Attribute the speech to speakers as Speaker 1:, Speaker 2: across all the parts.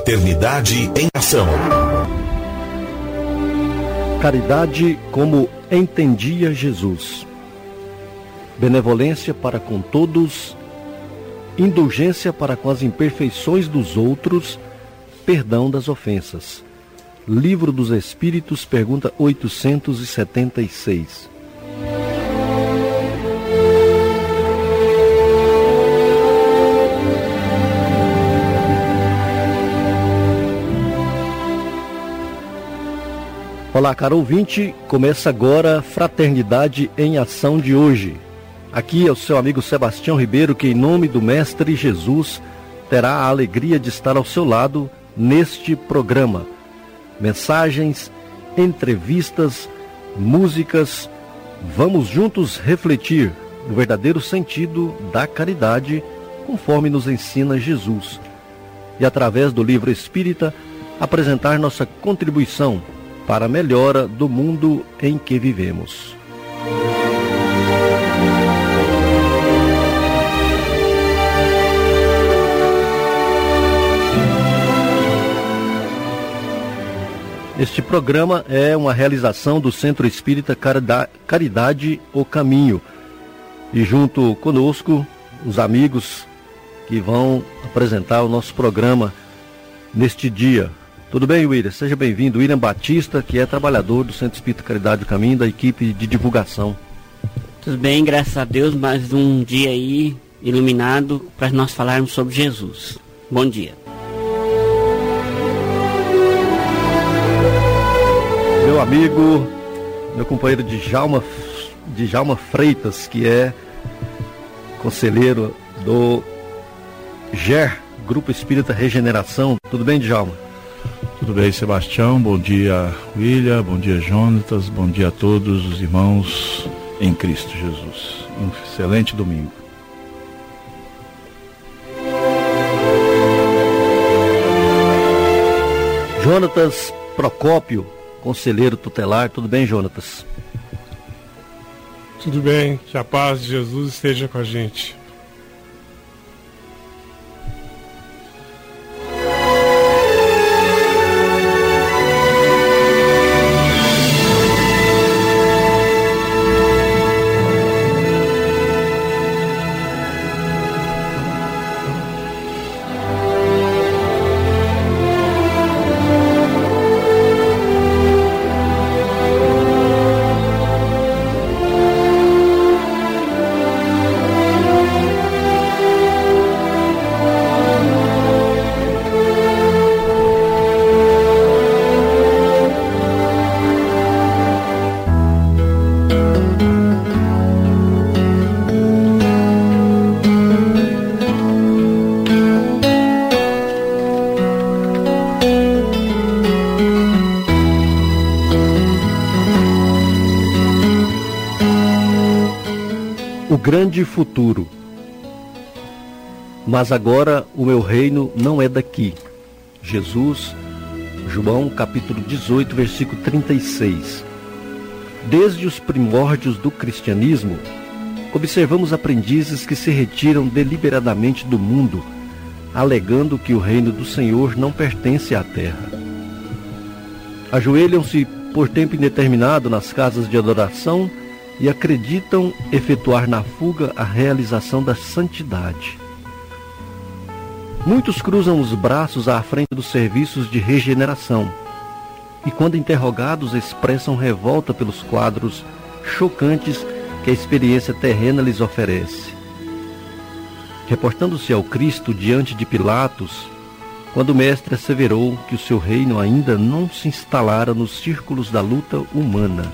Speaker 1: Fraternidade em Ação.
Speaker 2: Caridade como entendia Jesus. Benevolência para com todos, indulgência para com as imperfeições dos outros, perdão das ofensas. Livro dos Espíritos, pergunta 876. Olá, caro ouvinte, começa agora Fraternidade em Ação de hoje. Aqui é o seu amigo Sebastião Ribeiro, que em nome do Mestre Jesus terá a alegria de estar ao seu lado neste programa. Mensagens, entrevistas, músicas, vamos juntos refletir no verdadeiro sentido da caridade, conforme nos ensina Jesus. E através do livro espírita, apresentar nossa contribuição para a melhora do mundo em que vivemos. Este programa é uma realização do Centro Espírita Caridade o Caminho. E junto conosco, os amigos que vão apresentar o nosso programa neste dia. Tudo bem, William? Seja bem-vindo. William Batista, que é trabalhador do Centro Espírita Caridade do Caminho, da equipe de divulgação.
Speaker 3: Tudo bem, graças a Deus, mais um dia aí iluminado para nós falarmos sobre Jesus. Bom dia.
Speaker 2: Meu amigo, meu companheiro Djalma Freitas, que é conselheiro do GER, Grupo Espírita Regeneração. Tudo bem, Djalma?
Speaker 4: Tudo bem, Sebastião, bom dia, William, bom dia, Jonatas, bom dia a todos os irmãos em Cristo Jesus. Um excelente domingo.
Speaker 2: Jonatas Procópio, conselheiro tutelar. Tudo bem, Jonatas?
Speaker 5: Tudo bem, que a paz de Jesus esteja com a gente.
Speaker 2: Grande futuro. Mas agora o meu reino não é daqui. Jesus, João capítulo 18, versículo 36. Desde os primórdios do cristianismo, observamos aprendizes que se retiram deliberadamente do mundo, alegando que o reino do Senhor não pertence à terra. Ajoelham-se por tempo indeterminado nas casas de adoração e acreditam efetuar na fuga a realização da santidade. Muitos cruzam os braços à frente dos serviços de regeneração e, quando interrogados, expressam revolta pelos quadros chocantes que a experiência terrena lhes oferece. Reportando-se ao Cristo diante de Pilatos, quando o Mestre asseverou que o seu reino ainda não se instalara nos círculos da luta humana.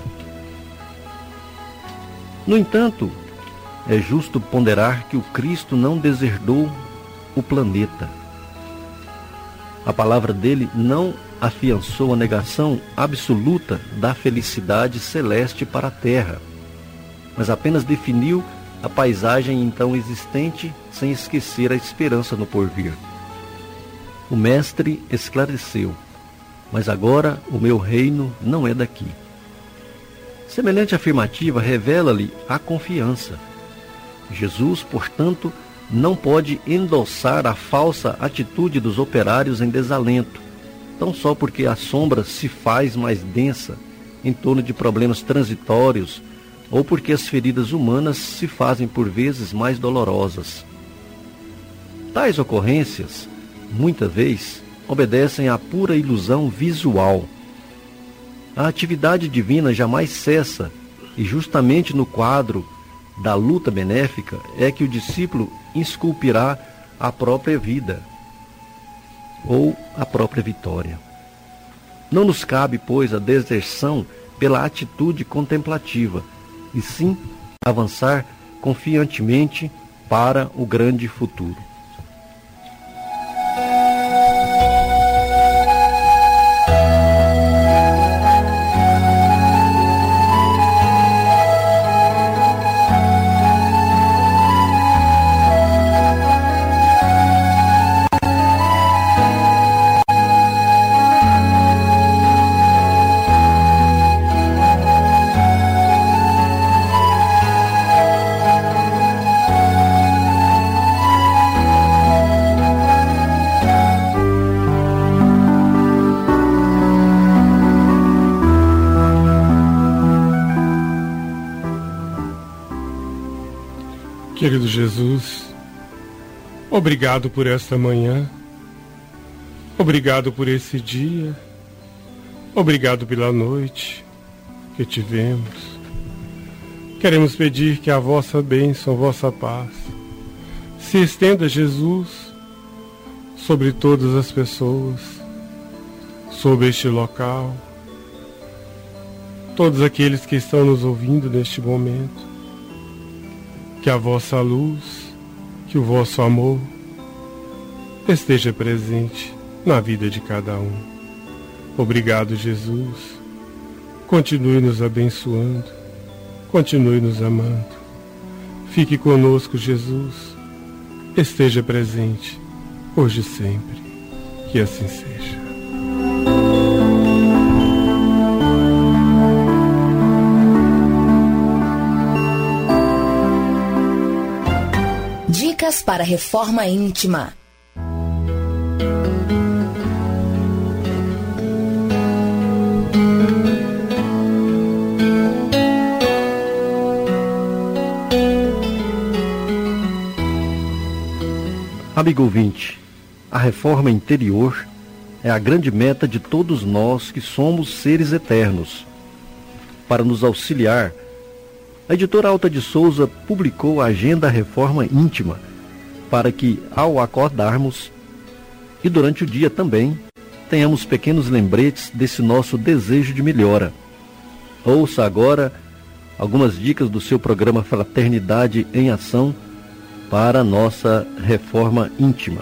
Speaker 2: No entanto, é justo ponderar que o Cristo não deserdou o planeta. A palavra dele não afiançou a negação absoluta da felicidade celeste para a terra, mas apenas definiu a paisagem então existente sem esquecer a esperança no porvir. O Mestre esclareceu: mas agora o meu reino não é daqui. Semelhante afirmativa revela-lhe a confiança. Jesus, portanto, não pode endossar a falsa atitude dos operários em desalento, tão só porque a sombra se faz mais densa em torno de problemas transitórios ou porque as feridas humanas se fazem por vezes mais dolorosas. Tais ocorrências, muitas vezes, obedecem à pura ilusão visual. A atividade divina jamais cessa, e justamente no quadro da luta benéfica é que o discípulo esculpirá a própria vida ou a própria vitória. Não nos cabe, pois, a deserção pela atitude contemplativa, e sim avançar confiantemente para o grande futuro.
Speaker 5: Querido Jesus, obrigado por esta manhã, obrigado por esse dia, obrigado pela noite que tivemos. Queremos pedir que a vossa bênção, a vossa paz, se estenda, Jesus, sobre todas as pessoas, sobre este local, todos aqueles que estão nos ouvindo neste momento. Que a vossa luz, que o vosso amor esteja presente na vida de cada um. Obrigado, Jesus. Continue nos abençoando, continue nos amando. Fique conosco, Jesus. Esteja presente, hoje e sempre. Que assim seja.
Speaker 6: Dicas para reforma íntima.
Speaker 2: Amigo ouvinte, a reforma interior é a grande meta de todos nós que somos seres eternos. Para nos auxiliar, a editora Alta de Souza publicou a Agenda Reforma Íntima, para que, ao acordarmos, e durante o dia também, tenhamos pequenos lembretes desse nosso desejo de melhora. Ouça agora algumas dicas do seu programa Fraternidade em Ação para a nossa reforma íntima.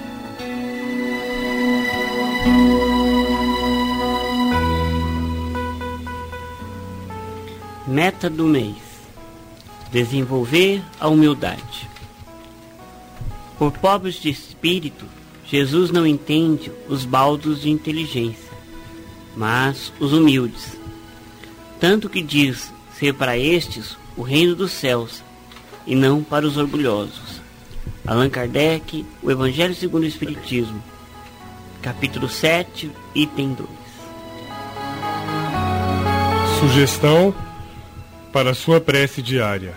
Speaker 3: Meta do mês: desenvolver a humildade. Por pobres de espírito, Jesus não entende os baldos de inteligência, mas os humildes. Tanto que diz ser para estes o reino dos céus, e não para os orgulhosos. Allan Kardec, O Evangelho segundo o Espiritismo, capítulo 7, item 2.
Speaker 5: Sugestão para sua prece diária.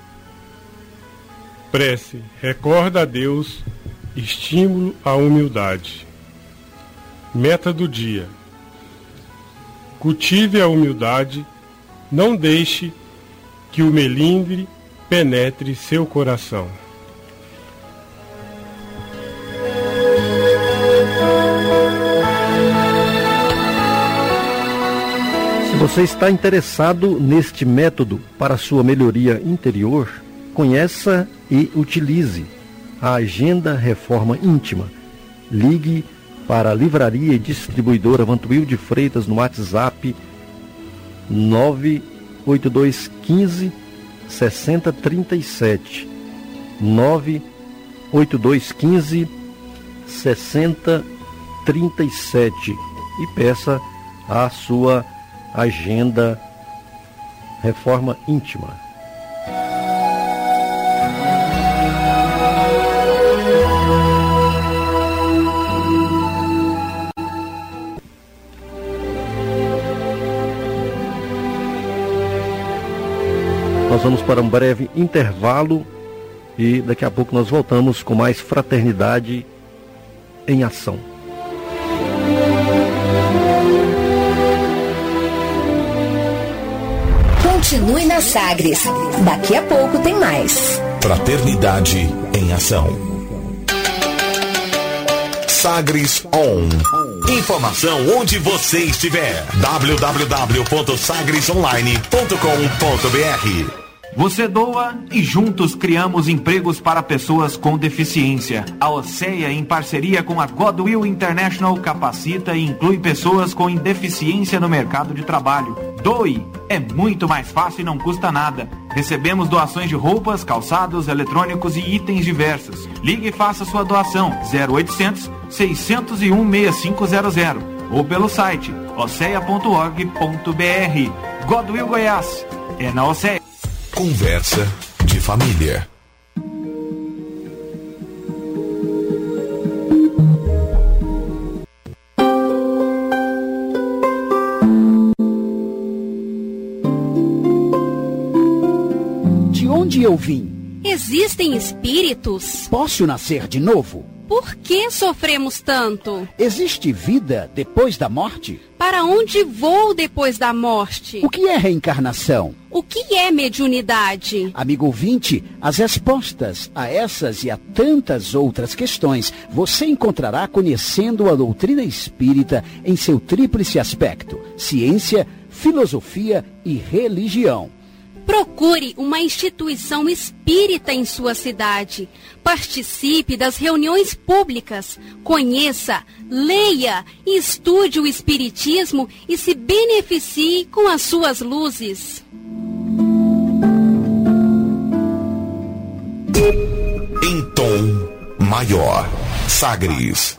Speaker 5: Prece: recorda a Deus, estímulo à humildade. Meta do dia: cultive a humildade, não deixe que o melindre penetre seu coração.
Speaker 2: Se você está interessado neste método para sua melhoria interior, conheça e utilize a Agenda Reforma Íntima. Ligue para a Livraria e Distribuidora Vantuil de Freitas no WhatsApp 98215 6037 98215 6037 e peça a sua Agenda Reforma Íntima. Nós vamos para um breve intervalo e daqui a pouco nós voltamos com mais Fraternidade em Ação.
Speaker 6: Continue na Sagres. Daqui a pouco tem mais.
Speaker 1: Fraternidade em Ação. Sagres On. Informação onde você estiver. www.sagresonline.com.br.
Speaker 7: Você doa e juntos criamos empregos para pessoas com deficiência. A OSEA, em parceria com a Godwill International, capacita e inclui pessoas com deficiência no mercado de trabalho. Doe! É muito mais fácil e não custa nada. Recebemos doações de roupas, calçados, eletrônicos e itens diversos. Ligue e faça sua doação 0800 601 6500 ou pelo site osea.org.br. Godwill Goiás. É na OSEA.
Speaker 1: Conversa de família.
Speaker 8: De onde eu vim?
Speaker 9: Existem espíritos?
Speaker 8: Posso nascer de novo?
Speaker 9: Por que sofremos tanto?
Speaker 8: Existe vida depois da morte?
Speaker 9: Para onde vou depois da morte?
Speaker 8: O que é reencarnação?
Speaker 9: O que é mediunidade?
Speaker 8: Amigo ouvinte, as respostas a essas e a tantas outras questões você encontrará conhecendo a doutrina espírita em seu tríplice aspecto: ciência, filosofia e religião.
Speaker 9: Procure uma instituição espírita em sua cidade. Participe das reuniões públicas. Conheça, leia e estude o espiritismo e se beneficie com as suas luzes.
Speaker 1: Em tom maior. Sagres.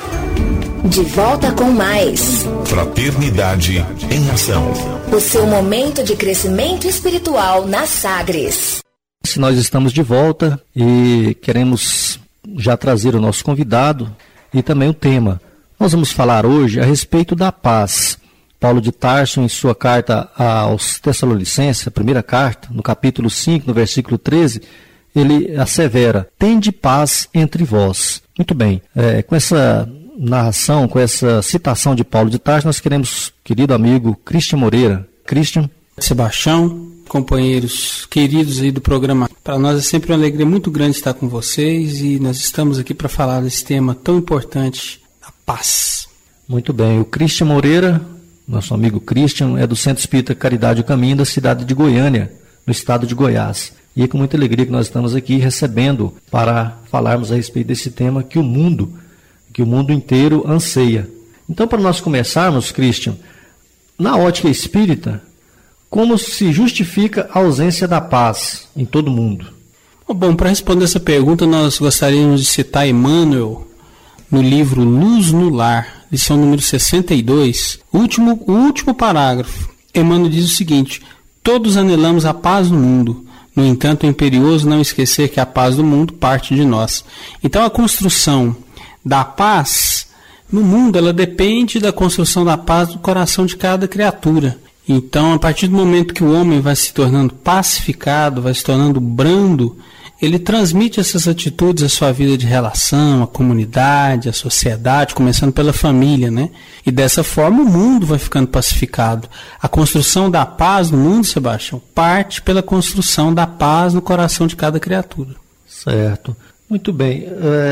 Speaker 6: De volta com mais
Speaker 1: Fraternidade em Ação.
Speaker 6: o seu momento de crescimento espiritual na Sagres.
Speaker 2: Nós estamos de volta e queremos já trazer o nosso convidado e também o tema. Nós vamos falar hoje a respeito da paz. Paulo de Tarso, em sua carta aos Tessalonicenses, a primeira carta, no capítulo 5, no versículo 13, ele assevera: tende paz entre vós. Muito bem, com essa narração, com essa citação de Paulo de Tarso, nós queremos, querido amigo Christian Moreira. Christian.
Speaker 10: Sebastião, companheiros queridos aí do programa, para nós é sempre uma alegria muito grande estar com vocês e nós estamos aqui para falar desse tema tão importante, a paz.
Speaker 2: Muito bem, o Christian Moreira, nosso amigo Christian, é do Centro Espírita Caridade do Caminho da cidade de Goiânia, no estado de Goiás. E é com muita alegria que nós estamos aqui recebendo para falarmos a respeito desse tema que o mundo inteiro anseia. Então, para nós começarmos, Christian, na ótica espírita, como se justifica a ausência da paz em todo o mundo?
Speaker 10: Bom, para responder essa pergunta, nós gostaríamos de citar Emmanuel no livro Luz no Lar, lição número 62, o último parágrafo. Emmanuel diz o seguinte: todos anelamos a paz no mundo. No entanto, é imperioso não esquecer que a paz do mundo parte de nós. Então, a construção da paz no mundo, ela depende da construção da paz do coração de cada criatura. Então, a partir do momento que o homem vai se tornando pacificado, vai se tornando brando, ele transmite essas atitudes à sua vida de relação, à comunidade, à sociedade, começando pela família, né? E dessa forma o mundo vai ficando pacificado. A construção da paz no mundo, Sebastião, parte pela construção da paz no coração de cada criatura.
Speaker 2: Certo. Muito bem.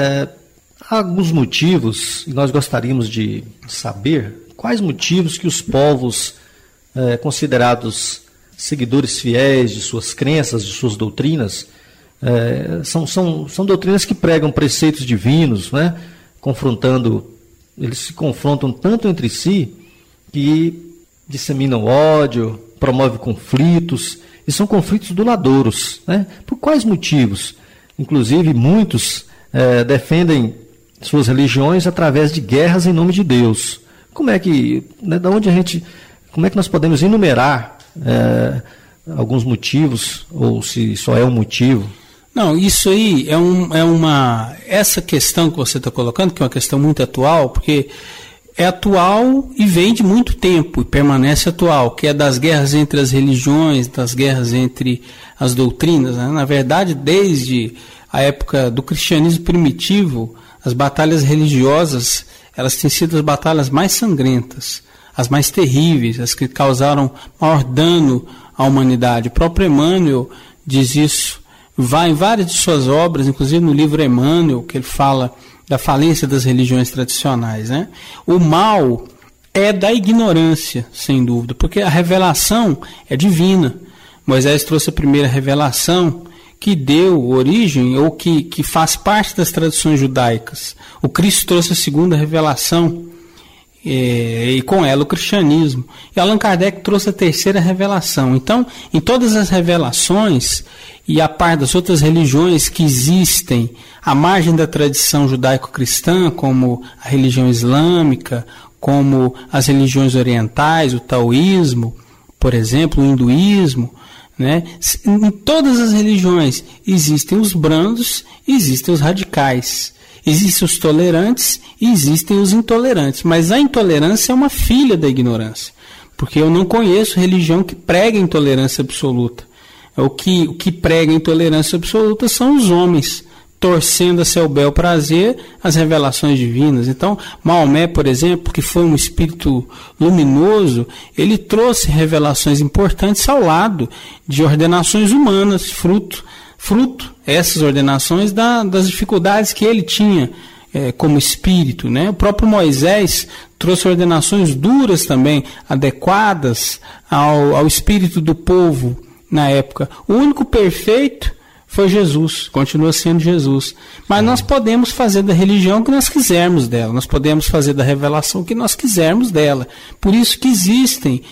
Speaker 2: Há alguns motivos, e nós gostaríamos de saber quais motivos que os povos considerados seguidores fiéis de suas crenças, de suas doutrinas, são doutrinas que pregam preceitos divinos, né? Eles se confrontam tanto entre si que disseminam ódio, promovem conflitos, e são conflitos duradouros, né? Por quais motivos? Inclusive, muitos defendem suas religiões através de guerras em nome de Deus. Como é que nós podemos enumerar alguns motivos, ou se só é um motivo?
Speaker 10: Não, isso aí essa questão que você está colocando, que é uma questão muito atual, porque é atual e vem de muito tempo e permanece atual, que é das guerras entre as religiões, das guerras entre as doutrinas, né? Na verdade, desde a época do cristianismo primitivo, as batalhas religiosas, elas têm sido as batalhas mais sangrentas, as mais terríveis, as que causaram maior dano à humanidade. O próprio Emmanuel diz isso, vai em várias de suas obras, inclusive no livro Emmanuel, que ele fala da falência das religiões tradicionais, né? O mal é da ignorância, sem dúvida, porque a revelação é divina. Moisés trouxe a primeira revelação que deu origem, ou que faz parte das tradições judaicas. O Cristo trouxe a segunda revelação, e com ela o cristianismo. E Allan Kardec trouxe a terceira revelação. Então, em todas as revelações, e a par das outras religiões que existem à margem da tradição judaico-cristã, como a religião islâmica, como as religiões orientais, o taoísmo, por exemplo, o hinduísmo, né? Em todas as religiões existem os brandos e existem os radicais. Existem os tolerantes e existem os intolerantes. Mas a intolerância é uma filha da ignorância, porque eu não conheço religião que prega intolerância absoluta. O que prega intolerância absoluta são os homens, torcendo a seu bel prazer as revelações divinas. Então, Maomé, por exemplo, que foi um espírito luminoso, ele trouxe revelações importantes ao lado de ordenações humanas, fruto essas ordenações das dificuldades que ele tinha como espírito, né? O próprio Moisés trouxe ordenações duras também, adequadas ao espírito do povo na época. O único perfeito foi Jesus, continua sendo Jesus. Mas nós podemos fazer da religião o que nós quisermos dela, nós podemos fazer da revelação o que nós quisermos dela. Por isso que existe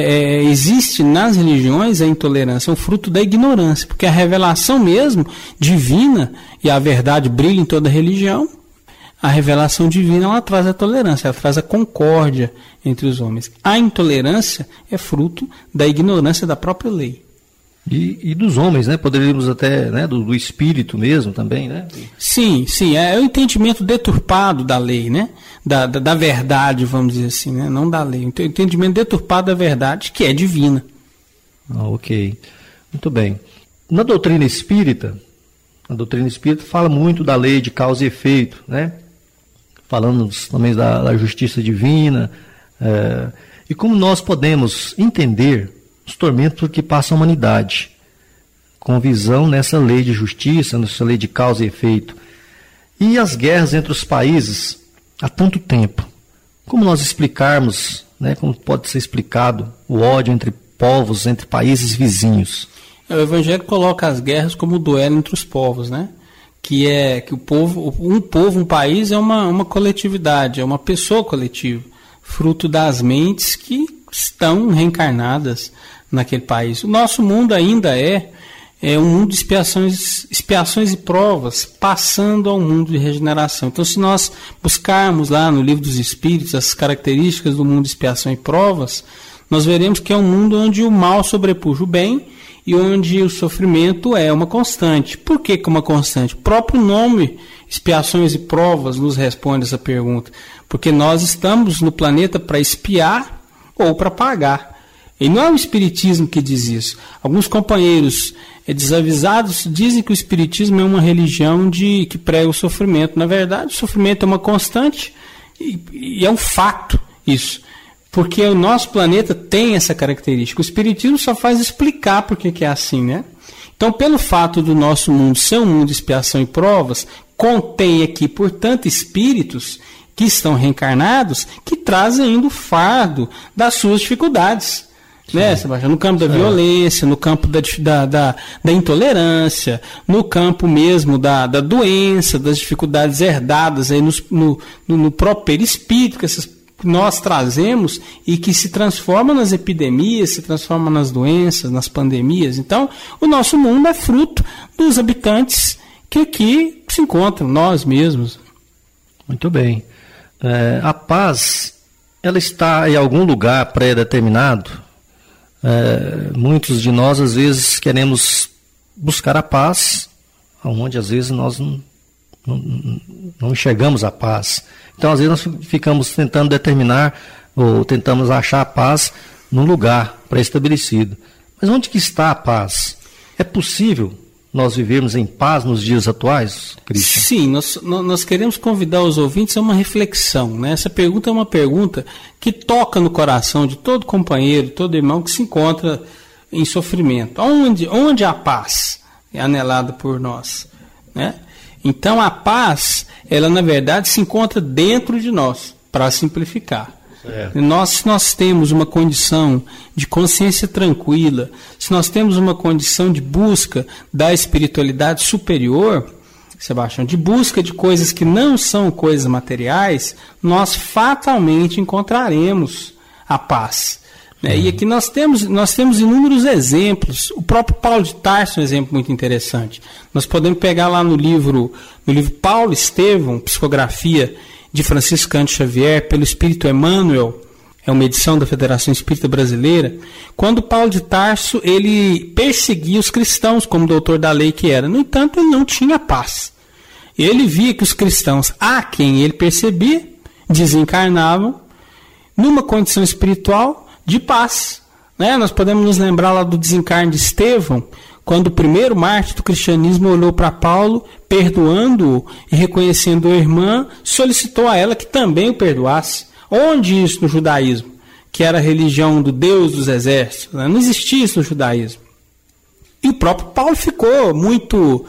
Speaker 10: nas religiões a intolerância, é um fruto da ignorância, porque a revelação mesmo, divina, e a verdade brilha em toda religião, a revelação divina ela traz a tolerância, ela traz a concórdia entre os homens. A intolerância é fruto da ignorância da própria lei.
Speaker 2: E dos homens, né? Poderíamos até, né? Do espírito mesmo também, né?
Speaker 10: Sim, é o entendimento deturpado da lei, né? Da verdade, vamos dizer assim, né? Não da lei. O entendimento deturpado da verdade, que é divina.
Speaker 2: Ok. Muito bem. Na doutrina espírita, fala muito da lei de causa e efeito, né? Falando também da justiça divina. E como nós podemos entender os tormentos que passa a humanidade, com visão nessa lei de justiça, nessa lei de causa e efeito. E as guerras entre os países há tanto tempo. Como nós explicarmos, né, como pode ser explicado o ódio entre povos, entre países vizinhos?
Speaker 10: O Evangelho coloca as guerras como o duelo entre os povos, né? Que o povo, um país é uma coletividade, é uma pessoa coletiva, fruto das mentes que estão reencarnadas naquele país. O nosso mundo ainda é um mundo de expiações e provas, passando ao mundo de regeneração. Então, se nós buscarmos lá no Livro dos Espíritos as características do mundo de expiação e provas, nós veremos que é um mundo onde o mal sobrepuja o bem e onde o sofrimento é uma constante. Por que uma constante? O próprio nome, expiações e provas, nos responde essa pergunta. Porque nós estamos no planeta para expiar ou para pagar. E não é o Espiritismo que diz isso. Alguns companheiros desavisados dizem que o Espiritismo é uma religião que prega o sofrimento. Na verdade, o sofrimento é uma constante e é um fato isso. Porque o nosso planeta tem essa característica. O Espiritismo só faz explicar por que é assim, né? Então, pelo fato do nosso mundo ser um mundo de expiação e provas, contém aqui, portanto, espíritos que estão reencarnados, que trazem ainda o fardo das suas dificuldades. Né, Sebastião? No campo da violência, no campo da intolerância, no campo mesmo da doença, das dificuldades herdadas aí no próprio perispírito que nós trazemos e que se transforma nas epidemias, se transforma nas doenças, nas pandemias. Então, o nosso mundo é fruto dos habitantes que aqui se encontram, nós mesmos.
Speaker 2: Muito bem. A paz, ela está em algum lugar pré-determinado? Muitos de nós às vezes queremos buscar a paz onde às vezes nós não enxergamos a paz. Então, às vezes, nós ficamos tentando determinar ou tentamos achar a paz num lugar pré-estabelecido. Mas onde que está a paz? É possível nós vivermos em paz nos dias atuais, Cristian?
Speaker 10: Sim, nós queremos convidar os ouvintes a uma reflexão, né? Essa pergunta é uma pergunta que toca no coração de todo companheiro, todo irmão que se encontra em sofrimento. Onde a paz é anelada por nós, né? Então a paz, ela na verdade se encontra dentro de nós, para simplificar. Se nós temos uma condição de consciência tranquila, se nós temos uma condição de busca da espiritualidade superior, Sebastião, de busca de coisas que não são coisas materiais, nós fatalmente encontraremos a paz. Né? E aqui nós temos inúmeros exemplos. O próprio Paulo de Tarso é um exemplo muito interessante. Nós podemos pegar lá no livro Paulo Estevão, Psicografia de Francisco Cândido Xavier, pelo Espírito Emmanuel, é uma edição da Federação Espírita Brasileira, quando Paulo de Tarso ele perseguia os cristãos como doutor da lei que era. No entanto, ele não tinha paz. Ele via que os cristãos, a quem ele percebia, desencarnavam numa condição espiritual de paz. Né? Nós podemos nos lembrar lá do desencarne de Estevão, quando o primeiro mártir do cristianismo olhou para Paulo, perdoando-o e reconhecendo a irmã, solicitou a ela que também o perdoasse. Onde isso no judaísmo? Que era a religião do Deus dos exércitos. Né? Não existia isso no judaísmo. E o próprio Paulo ficou muito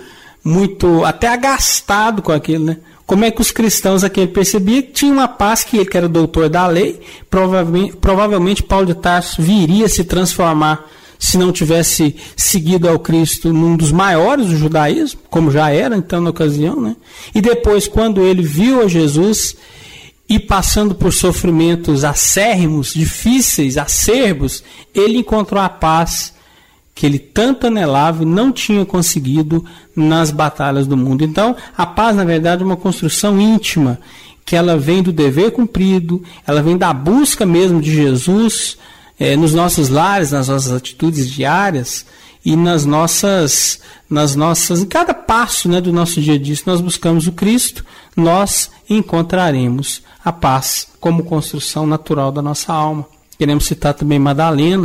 Speaker 10: até agastado com aquilo. Né? Como é que os cristãos a quem ele percebia tinham uma paz que ele, que era doutor da lei, provavelmente Paulo de Tarso viria a se transformar se não tivesse seguido ao Cristo num dos maiores do judaísmo, como já era então na ocasião, né? E depois, quando ele viu a Jesus e passando por sofrimentos acérrimos, difíceis, acerbos, ele encontrou a paz que ele tanto anelava e não tinha conseguido nas batalhas do mundo. Então, a paz, na verdade, é uma construção íntima, que ela vem do dever cumprido, ela vem da busca mesmo de Jesus, nos nossos lares, nas nossas atitudes diárias e nas nossas, em cada passo, né, do nosso dia a dia. Se nós buscamos o Cristo, nós encontraremos a paz como construção natural da nossa alma. Queremos citar também Madalena,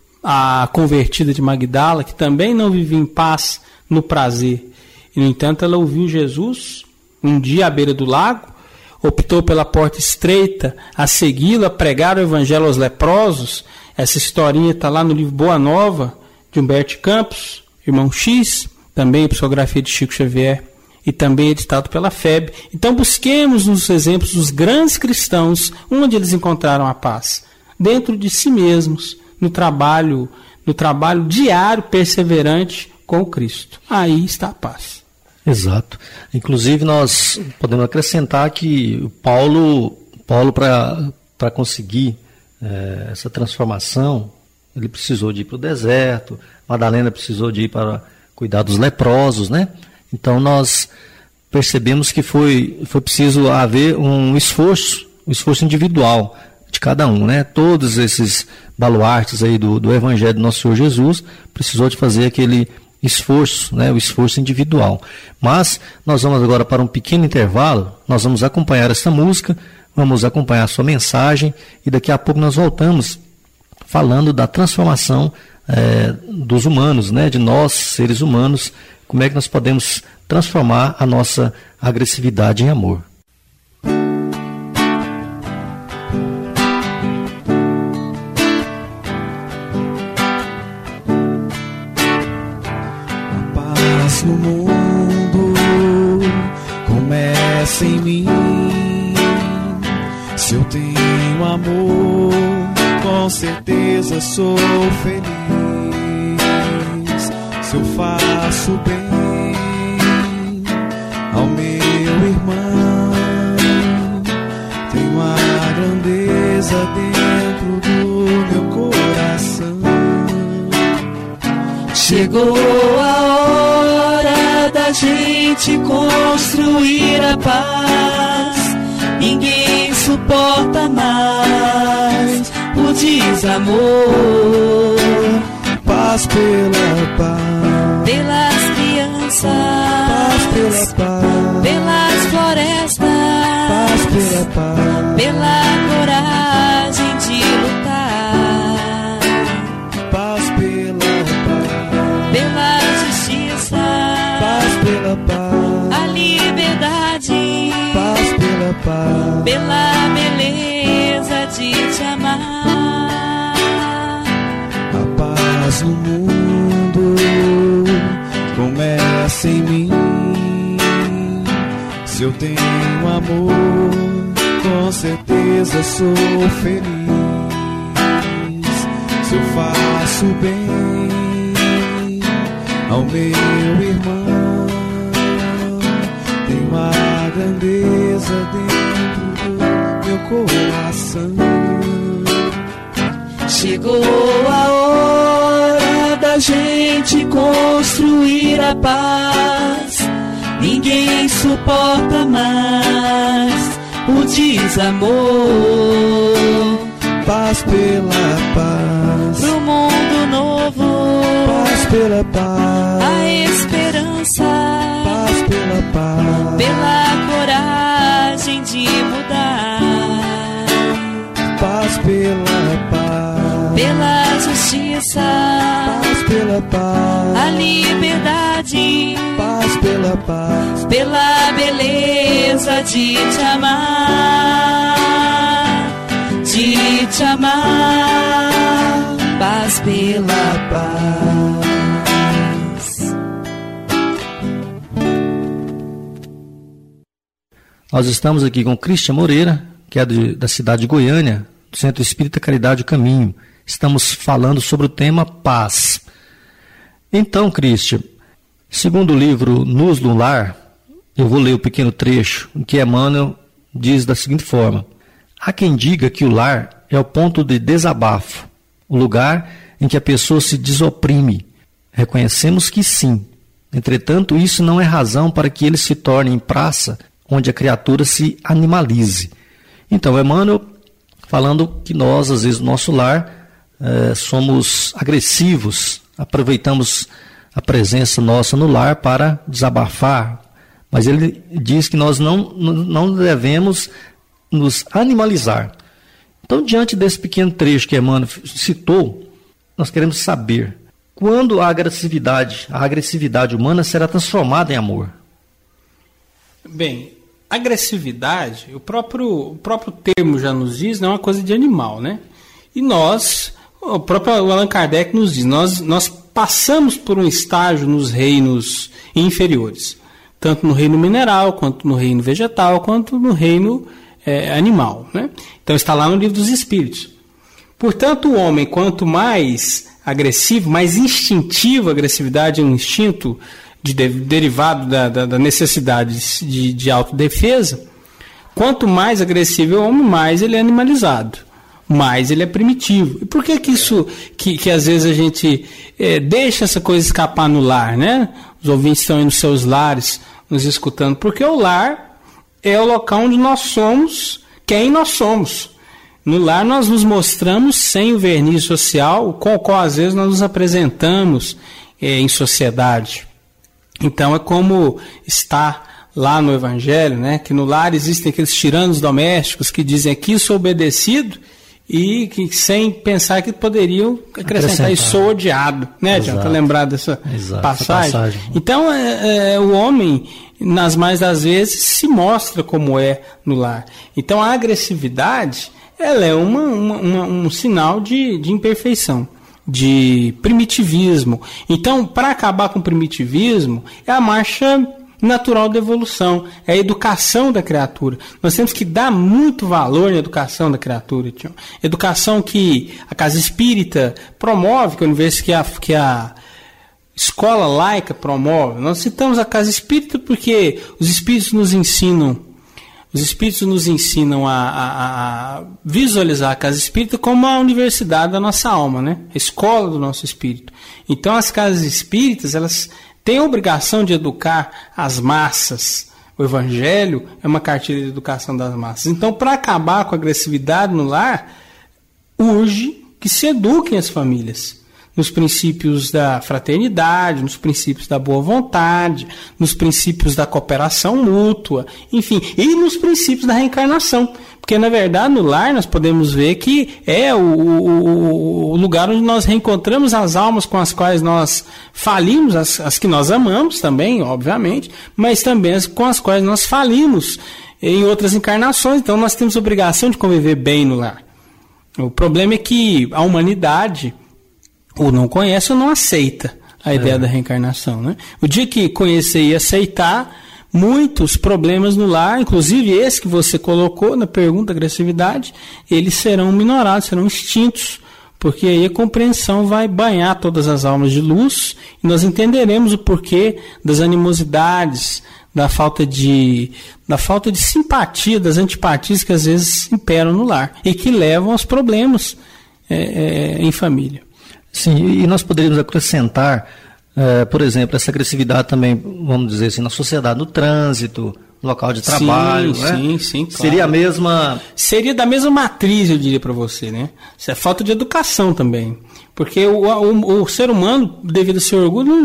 Speaker 10: a convertida de Magdala, que também não vivia em paz no prazer. E, no entanto, ela ouviu Jesus um dia à beira do lago, optou pela porta estreita a segui-lo, a pregar o evangelho aos leprosos. Essa historinha está lá no livro Boa Nova, de Humberto Campos, irmão X, também psicografia de Chico Xavier, e também editado pela FEB. Então busquemos nos exemplos dos grandes cristãos, onde eles encontraram a paz. Dentro de si mesmos, no trabalho diário, perseverante com o Cristo. Aí está a paz.
Speaker 2: Exato. Inclusive nós podemos acrescentar que o Paulo para conseguir essa transformação, ele precisou de ir para o deserto, Madalena precisou de ir para cuidar dos leprosos, né? Então nós percebemos que foi preciso haver um esforço individual de cada um, né? Todos esses baluartes aí do Evangelho do nosso Senhor Jesus precisou de fazer aquele esforço, né? O esforço individual. Mas nós vamos agora para um pequeno intervalo, nós vamos acompanhar essa música, vamos acompanhar a sua mensagem e daqui a pouco nós voltamos falando da transformação dos humanos, né? De nós, seres humanos, como é que nós podemos transformar a nossa agressividade em amor.
Speaker 11: A paz no mundo começa em mim. Se eu tenho amor, com certeza sou feliz. Se eu faço bem ao meu irmão, tenho a grandeza dentro do meu coração. Chegou a hora da gente construir a paz. Ninguém suporta mais o desamor. Paz pela paz,
Speaker 12: pelas crianças,
Speaker 11: paz pela paz,
Speaker 12: pela
Speaker 11: paz,
Speaker 12: pela coragem de lutar,
Speaker 11: paz pela paz,
Speaker 12: pela justiça,
Speaker 11: paz pela paz,
Speaker 12: a liberdade,
Speaker 11: paz pela paz,
Speaker 12: pela beleza de te amar.
Speaker 11: A paz no mundo começa em mim. Se eu tenho amor, com certeza sou feliz. Se eu faço bem ao meu irmão, tenho a grandeza dentro do meu coração.
Speaker 12: Chegou a hora da gente construir a paz. Ninguém suporta mais o desamor.
Speaker 11: Paz pela paz,
Speaker 12: pro mundo novo,
Speaker 11: paz pela paz,
Speaker 12: a esperança,
Speaker 11: paz pela paz,
Speaker 12: pela coragem de mudar,
Speaker 11: paz pela paz,
Speaker 12: pela justiça,
Speaker 11: paz pela paz,
Speaker 12: a liberdade,
Speaker 11: paz pela paz,
Speaker 12: pela beleza de te amar, de te amar, paz pela paz.
Speaker 2: Nós estamos aqui com Cristian Moreira, que é da cidade de Goiânia, do Centro Espírita Caridade e Caminho. Estamos falando sobre o tema paz. Então, Cristian, segundo o livro Luz no Lar, eu vou ler o pequeno trecho em que Emmanuel diz da seguinte forma: há quem diga que o lar é o ponto de desabafo, o lugar em que a pessoa se desoprime. Reconhecemos que sim. Entretanto, isso não é razão para que ele se torne em praça onde a criatura se animalize. Então, Emmanuel falando que nós, às vezes, no nosso lar, somos agressivos, aproveitamos a presença nossa no lar para desabafar, mas ele diz que nós não devemos nos animalizar. Então, diante desse pequeno trecho que Emmanuel citou, nós queremos saber quando a agressividade humana será transformada em amor.
Speaker 10: Bem, agressividade, o próprio termo já nos diz, não é uma coisa de animal, né? E nós, o próprio Allan Kardec nos diz, nós passamos por um estágio nos reinos inferiores, tanto no reino mineral, quanto no reino vegetal, quanto no reino animal, né? Então está lá no Livro dos Espíritos. Portanto, o homem, quanto mais agressivo, mais instintivo, a agressividade é um instinto derivado da necessidade de autodefesa, quanto mais agressivo é o homem, mais ele é animalizado, mais ele é primitivo. E por que isso, que às vezes a gente deixa essa coisa escapar no lar, né? Os ouvintes estão aí nos seus lares, nos escutando, porque o lar é o local onde nós somos quem nós somos. No lar nós nos mostramos sem o verniz social, com o qual às vezes nós nos apresentamos em sociedade. Então é como está lá no Evangelho, né, que no lar existem aqueles tiranos domésticos que dizem aqui sou obedecido e que sem pensar que poderiam acrescentar e sou odiado, né, adianta lembrar dessa passagem. Então o homem, nas mais das vezes, se mostra como é no lar. Então a agressividade, ela é um sinal de imperfeição, de primitivismo. Então, para acabar com o primitivismo, é a marcha natural da evolução, é a educação da criatura. Nós temos que dar muito valor na educação da criatura, tio. Educação que a Casa Espírita promove, que a escola laica promove. Nós citamos a Casa Espírita porque os Espíritos nos ensinam a visualizar a Casa Espírita como a universidade da nossa alma, né? A escola do nosso espírito. Então, as casas espíritas, elas têm a obrigação de educar as massas. O Evangelho é uma cartilha de educação das massas. Então, para acabar com a agressividade no lar, urge que se eduquem as famílias. nos princípios da fraternidade, nos princípios da boa vontade, nos princípios da cooperação mútua, enfim, e nos princípios da reencarnação. Porque, na verdade, no lar nós podemos ver que é o lugar onde nós reencontramos as almas com as quais nós falimos, as que nós amamos também, obviamente, mas também as com as quais nós falimos em outras encarnações. Então, nós temos a obrigação de conviver bem no lar. O problema é que a humanidade ou não conhece ou não aceita a ideia da reencarnação, né? O dia que conhecer e aceitar, muitos problemas no lar, inclusive esse que você colocou na pergunta, agressividade, eles serão minorados, serão extintos, porque aí a compreensão vai banhar todas as almas de luz e nós entenderemos o porquê das animosidades, da falta de simpatia, das antipatias que às vezes imperam no lar e que levam aos problemas em família.
Speaker 2: Sim, e nós poderíamos acrescentar, por exemplo, essa agressividade também, vamos dizer assim, na sociedade, no trânsito, no local de trabalho.
Speaker 10: Sim, claro.
Speaker 2: Seria a mesma...
Speaker 10: Seria da mesma matriz, eu diria para você, né? Isso é falta de educação também. Porque o ser humano, devido ao seu orgulho,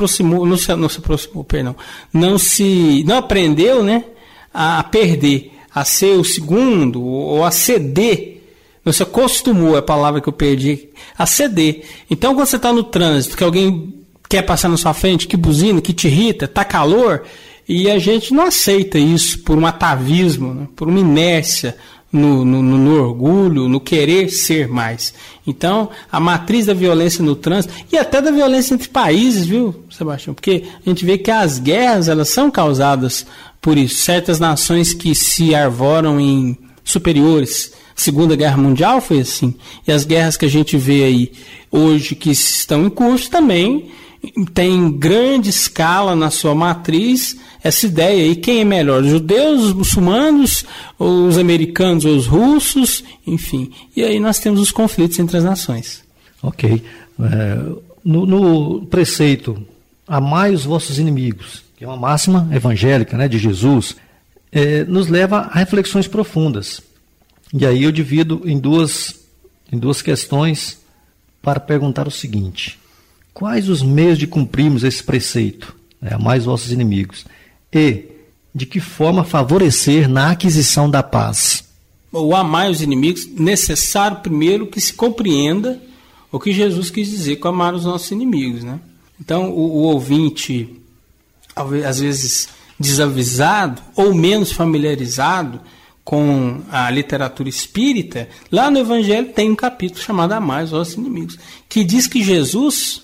Speaker 10: não aprendeu, né, a perder, a ser o segundo, ou a ceder. Não se acostumou, é a palavra que eu perdi, a ceder. Então, quando você está no trânsito, que alguém quer passar na sua frente, que buzina, que te irrita, está calor, e a gente não aceita isso por um atavismo, né, por uma inércia, no orgulho, no querer ser mais. Então, a matriz da violência no trânsito, e até da violência entre países, viu, Sebastião? Porque a gente vê que as guerras, elas são causadas por isso. Certas nações que se arvoram em superiores. Segunda Guerra Mundial foi assim. E as guerras que a gente vê aí hoje que estão em curso também tem grande escala na sua matriz essa ideia aí, quem é melhor, os judeus, os muçulmanos, ou os americanos, ou os russos, enfim. E aí nós temos os conflitos entre as nações.
Speaker 2: Ok. No preceito, amai os vossos inimigos, que é uma máxima evangélica, né, de Jesus, nos leva a reflexões profundas. E aí eu divido em duas questões para perguntar o seguinte: quais os meios de cumprirmos esse preceito, amai os vossos inimigos, e de que forma favorecer na aquisição da paz?
Speaker 10: O amar os inimigos, necessário primeiro que se compreenda o que Jesus quis dizer com amar os nossos inimigos, né? Então, o ouvinte, às vezes desavisado ou menos familiarizado com a literatura espírita, lá no Evangelho tem um capítulo chamado Amar os nossos inimigos, que diz que Jesus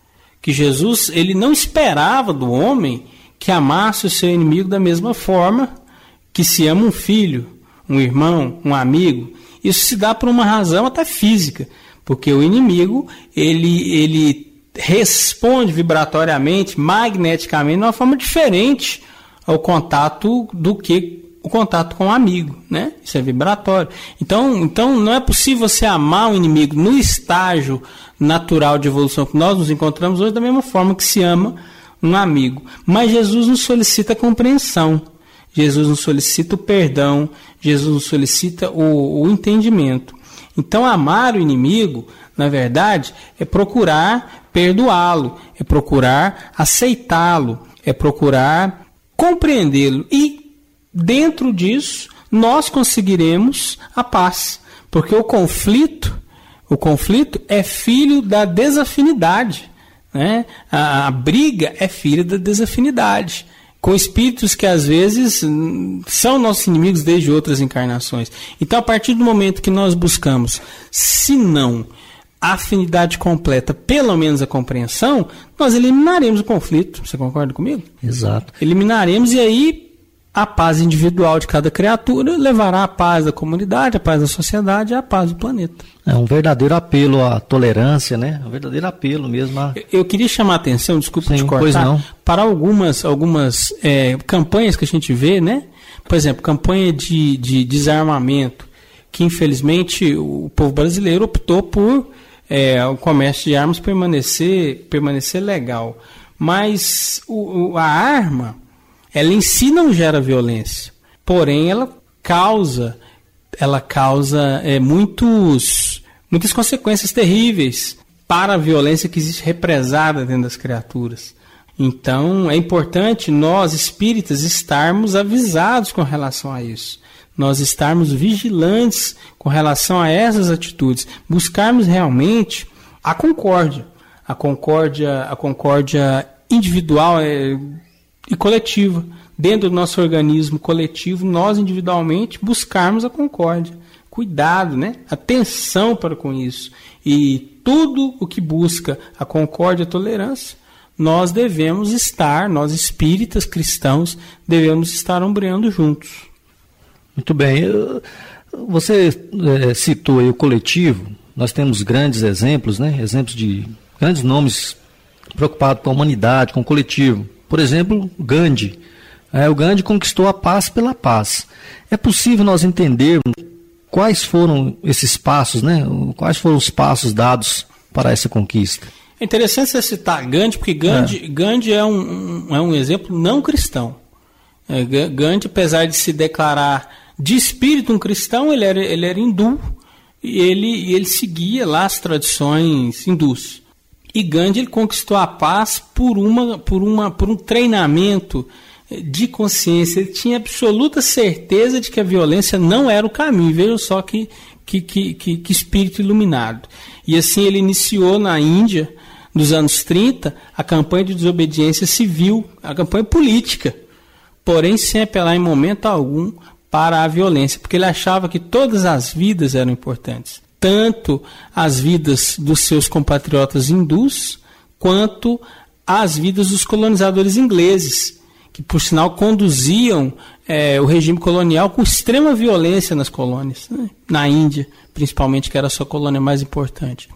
Speaker 10: ele não esperava do homem que amasse o seu inimigo da mesma forma que se ama um filho, um irmão, um amigo. Isso se dá por uma razão até física, porque o inimigo ele responde vibratoriamente, magneticamente, de uma forma diferente ao contato do que o contato com o amigo, né? Isso é vibratório. Então não é possível você amar o inimigo no estágio natural de evolução que nós nos encontramos hoje da mesma forma que se ama um amigo. Mas Jesus nos solicita a compreensão, Jesus nos solicita o perdão, Jesus nos solicita o entendimento. Então amar o inimigo, na verdade, é procurar perdoá-lo, é procurar aceitá-lo, é procurar compreendê-lo, e dentro disso nós conseguiremos a paz, porque o conflito é filho da desafinidade, né? A briga é filha da desafinidade, com espíritos que às vezes são nossos inimigos desde outras encarnações. Então, a partir do momento que nós buscamos, se não a afinidade completa, pelo menos a compreensão, nós eliminaremos o conflito. Você concorda comigo?
Speaker 2: Exato.
Speaker 10: Eliminaremos, e aí a paz individual de cada criatura levará à paz da comunidade, à paz da sociedade e à paz do planeta.
Speaker 2: É um verdadeiro apelo à tolerância, né? Um verdadeiro apelo mesmo.
Speaker 10: Eu queria chamar a atenção, desculpa te cortar, para algumas campanhas que a gente vê, né? Por exemplo, campanha de desarmamento, que infelizmente o povo brasileiro optou por o comércio de armas permanecer legal. Mas a arma, ela em si não gera violência, porém ela causa muitas consequências terríveis para a violência que existe represada dentro das criaturas. Então, é importante nós, espíritas, estarmos avisados com relação a isso. Nós estarmos vigilantes com relação a essas atitudes. Buscarmos realmente a concórdia individual e coletiva. Dentro do nosso organismo coletivo, nós individualmente buscarmos a concórdia. Cuidado, né? Atenção para com isso. E tudo o que busca a concórdia e a tolerância, nós devemos estar, nós espíritas cristãos, devemos estar ombreando juntos.
Speaker 2: Muito bem. Você citou aí o coletivo. Nós temos grandes exemplos, né? Exemplos de grandes nomes preocupados com a humanidade, com o coletivo. Por exemplo, Gandhi. O Gandhi conquistou a paz pela paz. É possível nós entendermos quais foram esses passos, né? Quais foram os passos dados para essa conquista?
Speaker 10: É interessante você citar Gandhi, porque Gandhi é um exemplo não cristão. Gandhi, apesar de se declarar de espírito um cristão, ele era hindu e ele seguia lá as tradições hindus. E Gandhi ele conquistou a paz por um treinamento de consciência. Ele tinha absoluta certeza de que a violência não era o caminho. Veja só que espírito iluminado. E assim ele iniciou na Índia, nos anos 30, a campanha de desobediência civil, a campanha política, porém sem apelar em momento algum para a violência, porque ele achava que todas as vidas eram importantes, tanto as vidas dos seus compatriotas hindus, quanto as vidas dos colonizadores ingleses, que por sinal conduziam o regime colonial com extrema violência nas colônias, né? Na Índia, principalmente, que era a sua colônia mais importante.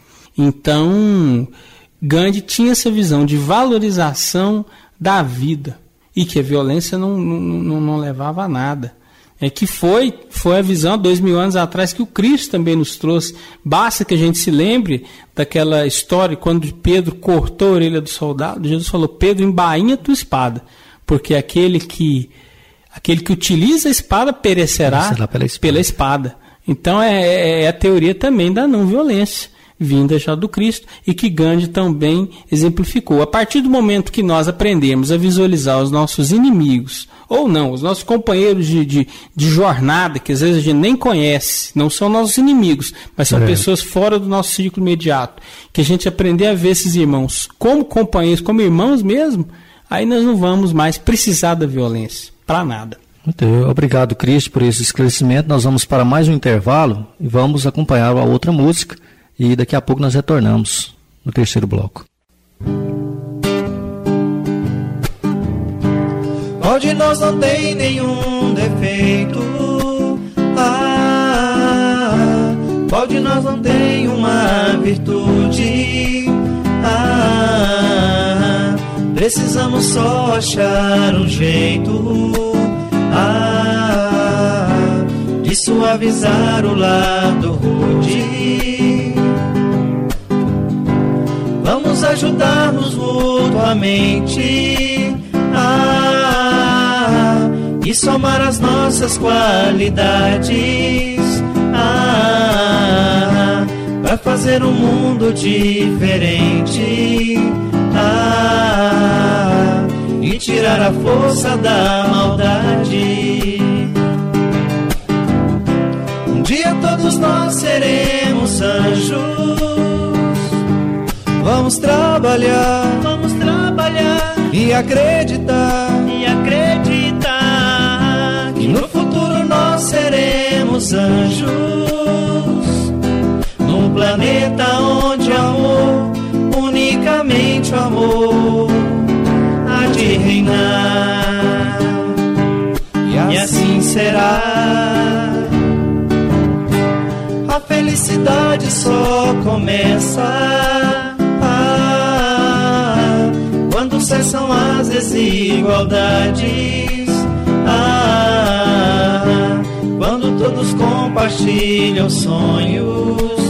Speaker 10: Então, Gandhi tinha essa visão de valorização da vida e que a violência não levava a nada. Que foi a visão, 2000 anos atrás, que o Cristo também nos trouxe. Basta que a gente se lembre daquela história, quando Pedro cortou a orelha do soldado, Jesus falou: Pedro, embainha tua espada, porque aquele que utiliza a espada perecerá pela espada. Então é a teoria também da não violência, vinda já do Cristo, e que Gandhi também exemplificou. A partir do momento que nós aprendemos a visualizar os nossos inimigos, ou não, os nossos companheiros de jornada, que às vezes a gente nem conhece, não são nossos inimigos, mas são pessoas fora do nosso círculo imediato, que a gente aprender a ver esses irmãos como companheiros, como irmãos mesmo, aí nós não vamos mais precisar da violência, para nada.
Speaker 2: Muito obrigado, Cristo, por esse esclarecimento. Nós vamos para mais um intervalo e vamos acompanhar a outra música. E daqui a pouco nós retornamos no terceiro bloco.
Speaker 11: Qual de nós não tem nenhum defeito? Qual de nós não tem uma virtude? Precisamos só achar um jeito de suavizar o lado rude. Vamos ajudar-nos mutuamente e somar as nossas qualidades para fazer um mundo diferente e tirar a força da maldade. Um dia todos nós seremos anjos. Vamos trabalhar e acreditar que no futuro nós seremos anjos, num planeta onde o amor, unicamente o amor, há de reinar. E assim será. A felicidade só começa quando cessam as desigualdades, quando todos compartilham sonhos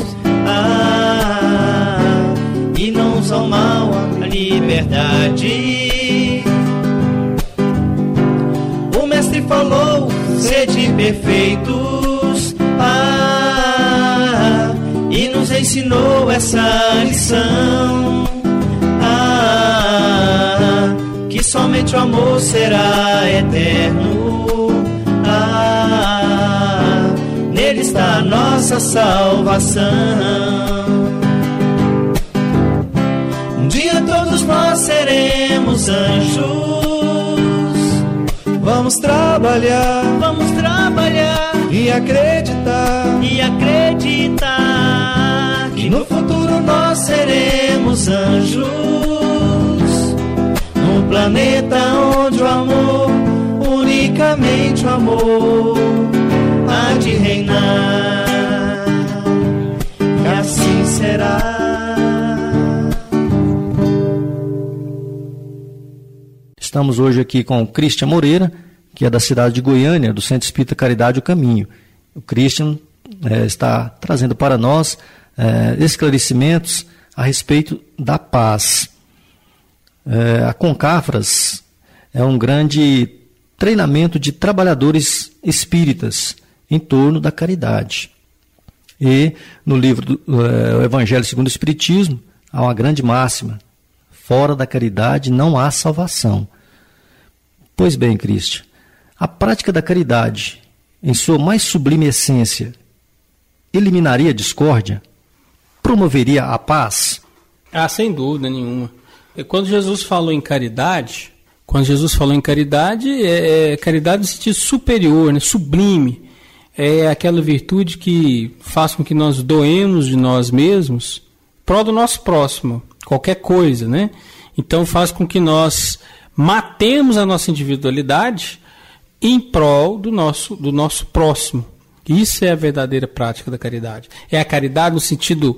Speaker 11: e não usam mal a liberdade. O mestre falou: sede perfeitos, e nos ensinou essa lição, que somente o amor será eterno, nele está a nossa salvação. Um dia todos nós seremos anjos, vamos trabalhar e acreditar que no futuro nós seremos anjos, num planeta onde o amor, unicamente o amor, há de reinar, e assim será.
Speaker 2: Estamos hoje aqui com o Christian Moreira, que é da cidade de Goiânia, do Centro Espírita Caridade o Caminho. O Christian está trazendo para nós esclarecimentos a respeito da paz. A Concafras é um grande treinamento de trabalhadores espíritas em torno da caridade. E no livro o Evangelho segundo o Espiritismo, há uma grande máxima: fora da caridade não há salvação. Pois bem, Cristian, a prática da caridade, em sua mais sublime essência, eliminaria a discórdia? Promoveria a paz?
Speaker 10: Sem dúvida nenhuma. Quando Jesus falou em caridade, caridade no sentido superior, né, sublime. É aquela virtude que faz com que nós doemos de nós mesmos prol do nosso próximo, qualquer coisa, né? Então faz com que nós matemos a nossa individualidade em prol do nosso próximo. Isso é a verdadeira prática da caridade. É a caridade no sentido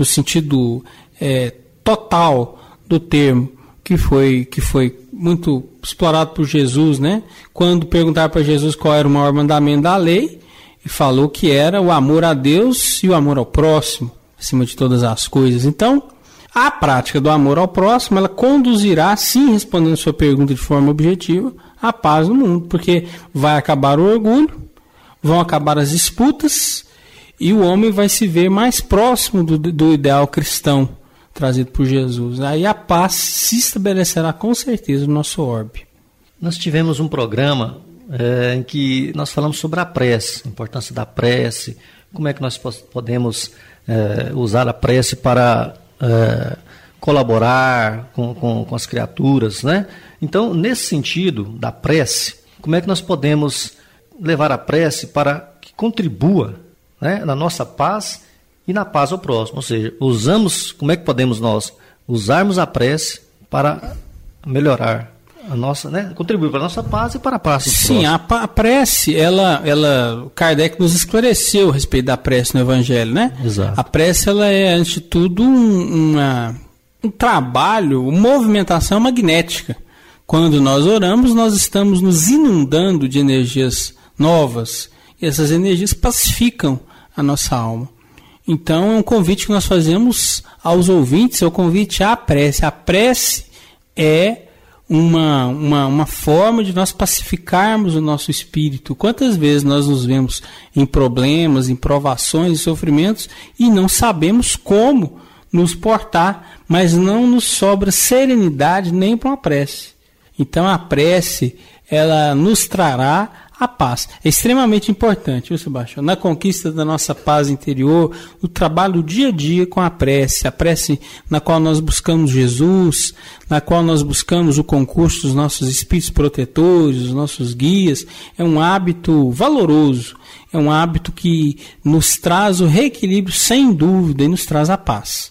Speaker 10: total do termo, que foi muito explorado por Jesus, né? Quando perguntaram para Jesus qual era o maior mandamento da lei, ele falou que era o amor a Deus e o amor ao próximo, acima de todas as coisas. Então, a prática do amor ao próximo, ela conduzirá, sim, respondendo a sua pergunta de forma objetiva, a paz no mundo, porque vai acabar o orgulho, vão acabar as disputas e o homem vai se ver mais próximo do ideal cristão trazido por Jesus. Aí a paz se estabelecerá com certeza no nosso orbe.
Speaker 2: Nós tivemos um programa em que nós falamos sobre a prece, a importância da prece, como é que nós podemos usar a prece para colaborar com as criaturas, né? Então, nesse sentido da prece, como é que nós podemos levar a prece para que contribua, né, na nossa paz e na paz ao próximo? Ou seja, como é que podemos nós usarmos a prece para melhorar a nossa, né, contribuir para a nossa paz e para a paz do próximo? Sim,
Speaker 10: a prece, o Kardec nos esclareceu a respeito da prece no Evangelho, né?
Speaker 2: Exato.
Speaker 10: A prece, ela é, antes de tudo, um trabalho, uma movimentação magnética. Quando nós oramos, nós estamos nos inundando de energias novas, e essas energias pacificam a nossa alma. Então, é um convite que nós fazemos aos ouvintes, é o convite à prece. A prece é uma forma de nós pacificarmos o nosso espírito. Quantas vezes nós nos vemos em problemas, em provações, em sofrimentos, e não sabemos como nos portar, mas não nos sobra serenidade nem para uma prece. Então a prece, ela nos trará a paz. É extremamente importante, viu, Sebastião? Na conquista da nossa paz interior, o trabalho do dia a dia com a prece na qual nós buscamos Jesus, na qual nós buscamos o concurso dos nossos espíritos protetores, dos nossos guias, é um hábito valoroso, é um hábito que nos traz o reequilíbrio sem dúvida e nos traz a paz.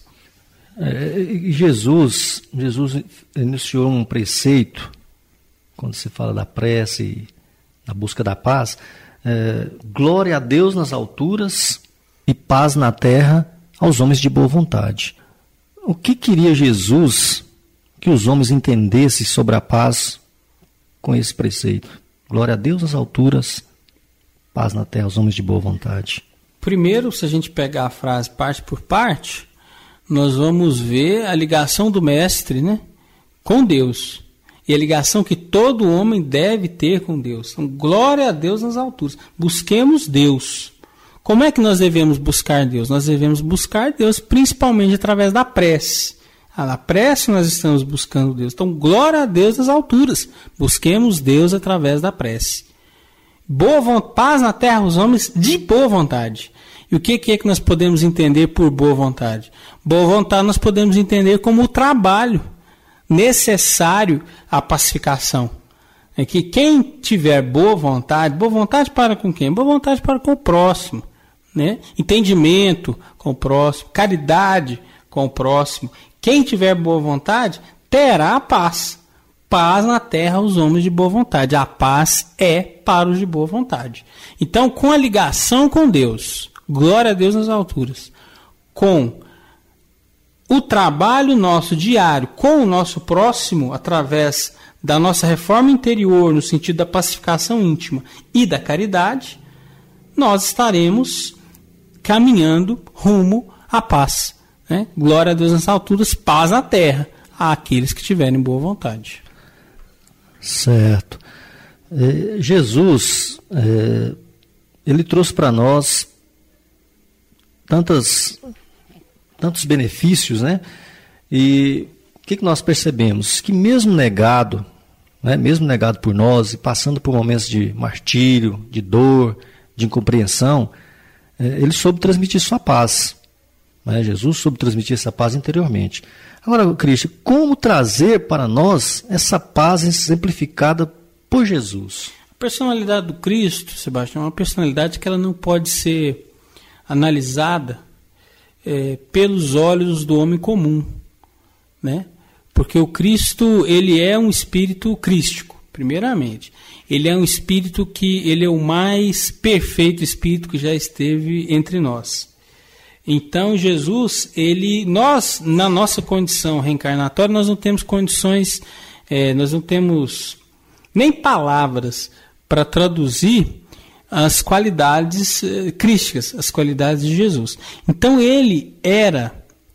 Speaker 2: Jesus iniciou um preceito, quando se fala da prece e da busca da paz, glória a Deus nas alturas e paz na terra aos homens de boa vontade. O que queria Jesus que os homens entendessem sobre a paz com esse preceito? Glória a Deus nas alturas, paz na terra aos homens de boa vontade.
Speaker 10: Primeiro, se a gente pegar a frase parte por parte, nós vamos ver a ligação do mestre, né, com Deus. E a ligação que todo homem deve ter com Deus. Então, glória a Deus nas alturas. Busquemos Deus. Como é que nós devemos buscar Deus? Nós devemos buscar Deus principalmente através da prece. Na prece nós estamos buscando Deus. Então, glória a Deus nas alturas. Busquemos Deus através da prece. Paz na terra aos homens de boa vontade. E o que é que nós podemos entender por boa vontade? Boa vontade nós podemos entender como o trabalho necessário à pacificação. É que quem tiver boa vontade para com quem? Boa vontade para com o próximo. Né? Entendimento com o próximo, caridade com o próximo. Quem tiver boa vontade terá a paz. Paz na terra aos homens de boa vontade. A paz é para os de boa vontade. Então, com a ligação com Deus, glória a Deus nas alturas, com o trabalho nosso diário com o nosso próximo, através da nossa reforma interior, no sentido da pacificação íntima e da caridade, nós estaremos caminhando rumo à paz. Né? Glória a Deus nas alturas, paz na terra, àqueles que tiverem boa vontade.
Speaker 2: Certo. Jesus, ele trouxe para nós tantos benefícios, né? E o que nós percebemos? Que mesmo negado, né, mesmo negado por nós e passando por momentos de martírio, de dor, de incompreensão, ele soube transmitir sua paz. Né? Jesus soube transmitir essa paz interiormente. Agora, Cristo, como trazer para nós essa paz exemplificada por Jesus?
Speaker 10: A personalidade do Cristo, Sebastião, é uma personalidade que ela não pode ser analisada pelos olhos do homem comum, né? Porque o Cristo, ele é um espírito crístico, primeiramente. Ele é um espírito ele é o mais perfeito espírito que já esteve entre nós. Então, Jesus, nós, na nossa condição reencarnatória, nós não temos condições, nós não temos nem palavras para traduzir as qualidades crísticas, as qualidades de Jesus. Então, ele é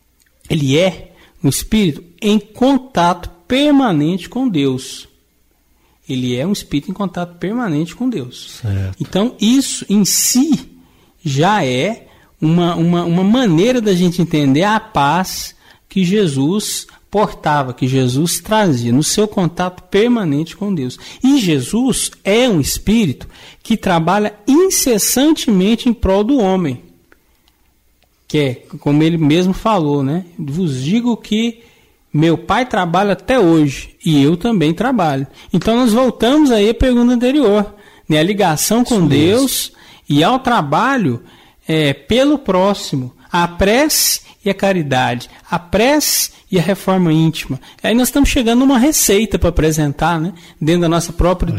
Speaker 10: um espírito em contato permanente com Deus. Ele é um espírito em contato permanente com Deus. Certo. Então, isso em si já é uma maneira da gente entender a paz que Jesus portava, que Jesus trazia no seu contato permanente com Deus. E Jesus é um espírito que trabalha incessantemente em prol do homem. Que é, como ele mesmo falou, né? Vos digo que meu pai trabalha até hoje e eu também trabalho. Então nós voltamos aí à pergunta anterior, né? A ligação com Deus e ao trabalho pelo próximo, a prece e a caridade, a prece e a reforma íntima. Aí nós estamos chegando a uma receita para apresentar, né? Dentro da nossa própria,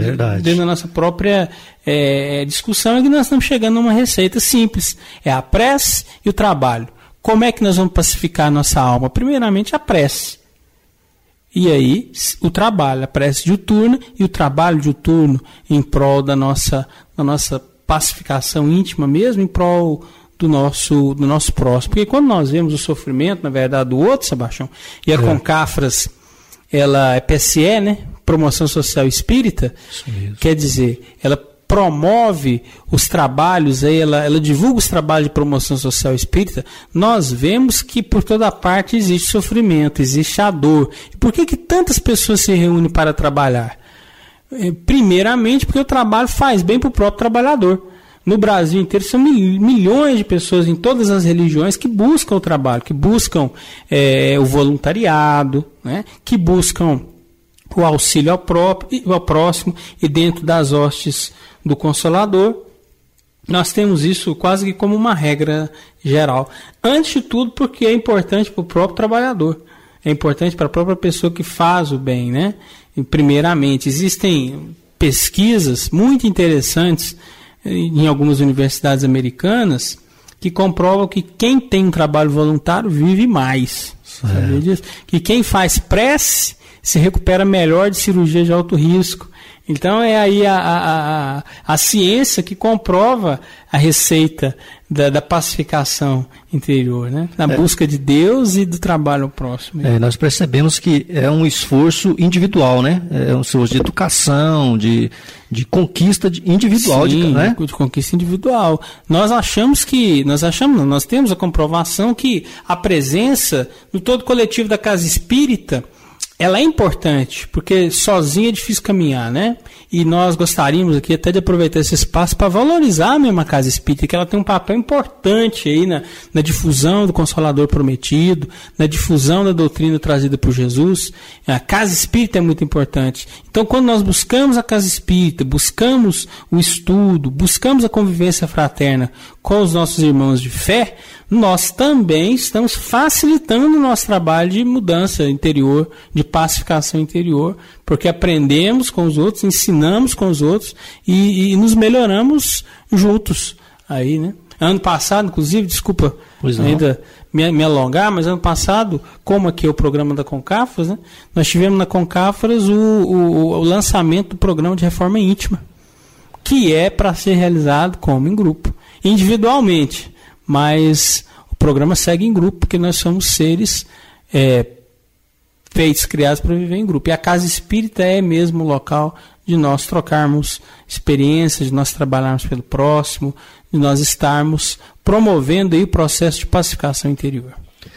Speaker 10: discussão, é que nós estamos chegando a uma receita simples. É a prece e o trabalho. Como é que nós vamos pacificar a nossa alma? Primeiramente a prece. E aí o trabalho, a prece diuturna e o trabalho diuturno em prol da nossa pacificação íntima mesmo, em prol do nosso próximo. Porque quando nós vemos o sofrimento, na verdade, do outro, Sebastião, e a Concafras, ela é PSE, né? Promoção Social Espírita, quer dizer, ela promove os trabalhos, ela divulga os trabalhos de promoção social espírita, nós vemos que por toda parte existe sofrimento, existe a dor. E por que tantas pessoas se reúnem para trabalhar? Primeiramente porque o trabalho faz bem para o próprio trabalhador. No Brasil inteiro são milhões de pessoas em todas as religiões que buscam o trabalho, que buscam o voluntariado, né? Que buscam o auxílio ao próximo, e dentro das hostes do Consolador nós temos isso quase que como uma regra geral. Antes de tudo porque é importante para o próprio trabalhador, é importante para a própria pessoa que faz o bem, né? E, primeiramente, existem pesquisas muito interessantes em algumas universidades americanas que comprovam que quem tem um trabalho voluntário vive mais. Sabia disso? Que quem faz prece se recupera melhor de cirurgia de alto risco. Então é aí a ciência que comprova a receita da pacificação interior, né? Na busca de Deus e do trabalho próximo.
Speaker 2: Nós percebemos que é um esforço individual, né? É um esforço de educação, de conquista individual.
Speaker 10: Sim, de conquista individual. Nós temos a comprovação que a presença no todo coletivo da casa espírita, ela é importante, porque sozinha é difícil caminhar, né? E nós gostaríamos aqui até de aproveitar esse espaço para valorizar mesmo a casa espírita, que ela tem um papel importante aí na difusão do Consolador prometido, na difusão da doutrina trazida por Jesus. A casa espírita é muito importante. Então, quando nós buscamos a casa espírita, buscamos o estudo, buscamos a convivência fraterna com os nossos irmãos de fé, nós também estamos facilitando o nosso trabalho de mudança interior, de pacificação interior, porque aprendemos com os outros, ensinamos com os outros e nos melhoramos juntos. Aí, né? Ano passado, inclusive, desculpa ainda me alongar, mas ano passado, como aqui é o programa da Concafras, né, nós tivemos na Concafras o lançamento do programa de reforma íntima, que é para ser realizado como em grupo, individualmente, mas o programa segue em grupo, porque nós somos seres feitos, criados para viver em grupo. E a casa espírita é mesmo o local de nós trocarmos experiências, de nós trabalharmos pelo próximo, de nós estarmos promovendo aí o processo de pacificação interior.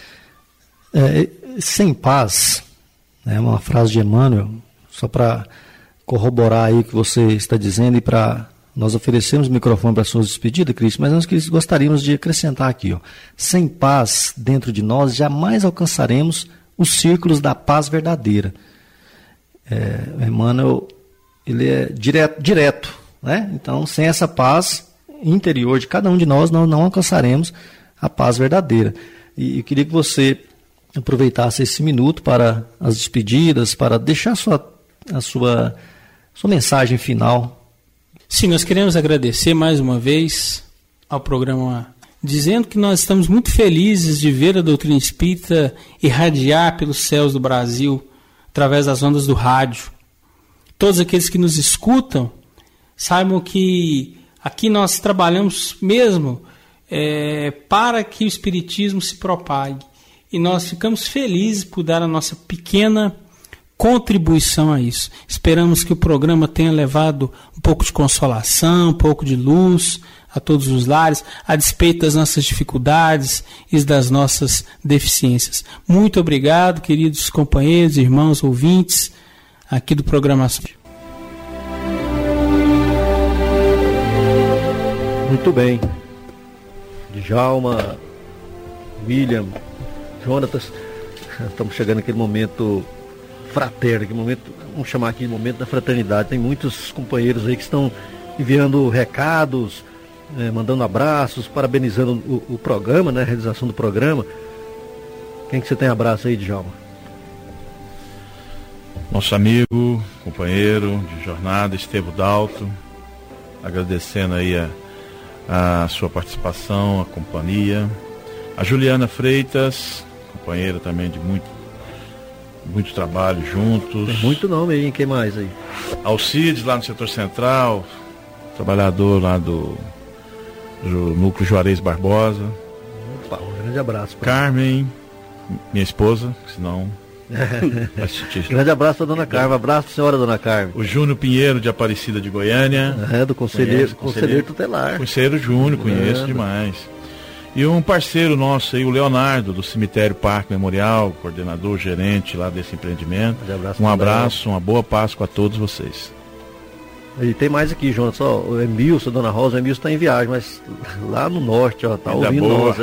Speaker 2: Sem paz, é uma frase de Emmanuel, só para corroborar aí o que você está dizendo e para nós oferecermos o microfone para a sua despedida, Cristo, mas nós gostaríamos de acrescentar aqui, sem paz dentro de nós jamais alcançaremos os círculos da paz verdadeira. Emmanuel, ele é direto, né? Então, sem essa paz interior de cada um de nós, nós não alcançaremos a paz verdadeira. E eu queria que você aproveitasse esse minuto para as despedidas, para deixar a sua mensagem final.
Speaker 10: Sim, nós queremos agradecer mais uma vez ao programa, dizendo que nós estamos muito felizes de ver a doutrina espírita irradiar pelos céus do Brasil, através das ondas do rádio. Todos aqueles que nos escutam, saibam que aqui nós trabalhamos mesmo para que o Espiritismo se propague. E nós ficamos felizes por dar a nossa pequena contribuição a isso. Esperamos que o programa tenha levado um pouco de consolação, um pouco de luz a todos os lares, a despeito das nossas dificuldades e das nossas deficiências. Muito obrigado, queridos companheiros, irmãos, ouvintes aqui do programa.
Speaker 2: Muito bem. Djalma, William, Jonatas, estamos chegando naquele momento fraterno, aquele momento, vamos chamar aqui de momento da fraternidade. Tem muitos companheiros aí que estão enviando recados, mandando abraços, parabenizando o programa, né, a realização do programa. Quem que você tem abraço aí, Djalma?
Speaker 4: Nosso amigo, companheiro de jornada, Estevo Dalto, agradecendo aí a sua participação, a companhia. A Juliana Freitas, companheira também de muito trabalho juntos.
Speaker 2: Tem muito nome aí, quem mais aí?
Speaker 4: Alcides, lá no setor central, trabalhador lá do Núcleo Juarez Barbosa.
Speaker 2: Opa, um grande abraço.
Speaker 4: Carmen, minha esposa, senão...
Speaker 2: Grande abraço para dona Carmen, abraço senhora dona Carmen.
Speaker 4: O Júnior Pinheiro de Aparecida de Goiânia.
Speaker 2: Do conselheiro tutelar.
Speaker 4: Conselheiro Júnior, conheço demais. E um parceiro nosso aí, o Leonardo, do Cemitério Parque Memorial, coordenador, gerente lá desse empreendimento. Um abraço, uma boa Páscoa a todos vocês.
Speaker 2: E tem mais aqui, Jonas, só o Emilson, Dona Rosa, o Emilson está em viagem, mas lá no norte, ó, tá ouvindo nós.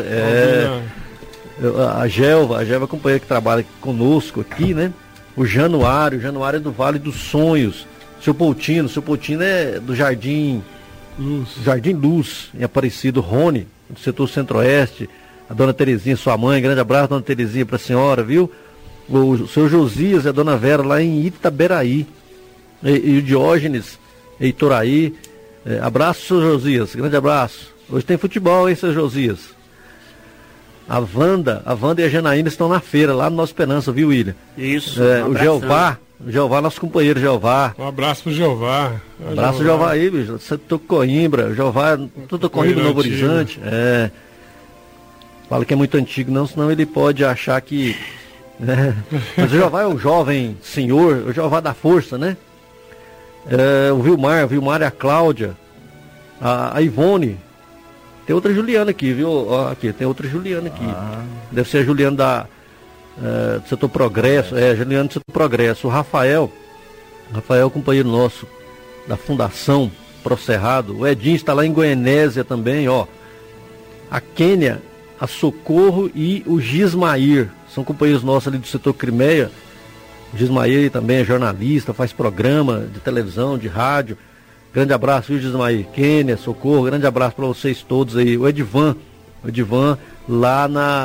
Speaker 2: A Gelva companheira que trabalha conosco aqui, né? O Januário é do Vale dos Sonhos. Seu Poutino é do Jardim Luz, em Aparecido. Rony, do setor centro-oeste. A Dona Terezinha, sua mãe, grande abraço, Dona Terezinha, para a senhora, viu? O seu Josias e a Dona Vera lá em Itaberaí. E o Diógenes, Heitoraí. Abraço, seu Josias, grande abraço. Hoje tem futebol, hein, seu Josias? A Wanda e a Janaína estão na feira, lá no Nossa Esperança, viu, William?
Speaker 3: Isso.
Speaker 2: O Jeová, nosso companheiro Jeová.
Speaker 5: Um abraço pro Jeová.
Speaker 2: Um abraço pro Jeová aí, bicho. Você tocou Coimbra, Jeová, tudo Coimbra, Novo Horizonte. Fala que é muito antigo, não, senão ele pode achar que. Mas o Jeová é um jovem senhor, o Jeová da força, né? O Vilmar e a Cláudia, a Ivone. Tem outra Juliana aqui, viu? Aqui, tem outra Juliana aqui. Deve ser a Juliana do Setor Progresso. Juliana do Setor Progresso. O Rafael, companheiro nosso da Fundação Pro Cerrado. O Edinho está lá em Goianésia também, ó. A Quênia, a Socorro e o Gismair. São companheiros nossos ali do Setor Crimeia. O Gismair também é jornalista, faz programa de televisão, de rádio. Grande abraço, viu, Gismair? Quênia, Socorro, grande abraço para vocês todos aí. O Edivan lá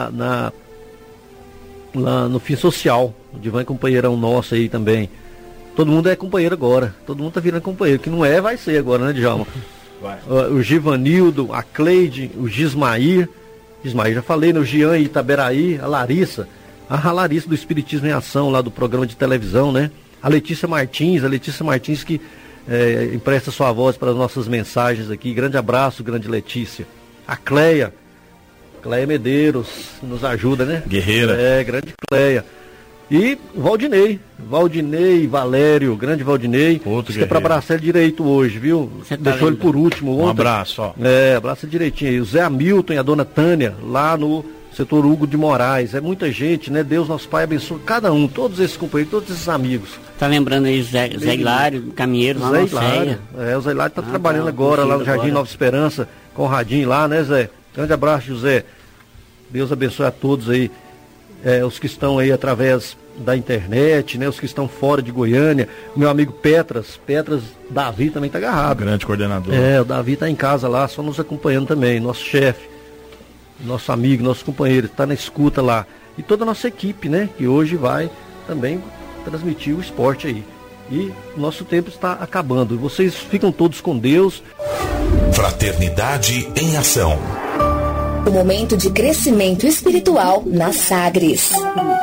Speaker 2: lá no Fim Social. O Edivan é companheirão nosso aí também. Todo mundo é companheiro agora. Todo mundo tá virando companheiro. Que não é, vai ser agora, né, Djalma?
Speaker 4: Vai.
Speaker 2: O Givanildo, a Cleide, o Gismair. Já falei, né? O Jean Itaberaí, a Larissa do Espiritismo em Ação, lá do programa de televisão, né? A Letícia Martins que empresta sua voz para as nossas mensagens aqui. Grande abraço, grande Letícia. A Cleia Medeiros, nos ajuda, né?
Speaker 4: Guerreira.
Speaker 2: Grande Cleia. E o Valdinei Valério, grande Valdinei.
Speaker 4: Outro
Speaker 2: que é para abraçar ele direito hoje, viu? Deixou ele por último ontem.
Speaker 4: Um abraço, ó.
Speaker 2: Abraça direitinho aí. O Zé Hamilton e a dona Tânia, lá no Setor Hugo de Moraes. É muita gente, né? Deus, nosso Pai, abençoe cada um, todos esses companheiros, todos esses amigos.
Speaker 3: Tá lembrando aí Zé Hilário, caminheiro lá na Ceia.
Speaker 2: O Zé Hilário tá trabalhando agora lá no Jardim Nova Esperança, com o Radinho lá, né, Zé? Grande abraço, José. Deus abençoe a todos aí. Os que estão aí através da internet, né? Os que estão fora de Goiânia. O meu amigo Petras Davi também tá agarrado.
Speaker 4: Grande coordenador.
Speaker 2: O Davi tá em casa lá, só nos acompanhando também. Nosso chefe, nosso amigo, nosso companheiro, tá na escuta lá. E toda a nossa equipe, né? Que hoje vai também transmitir o esporte aí. E o nosso tempo está acabando. Vocês ficam todos com Deus.
Speaker 1: Fraternidade em Ação.
Speaker 6: O momento de crescimento espiritual na Sagres.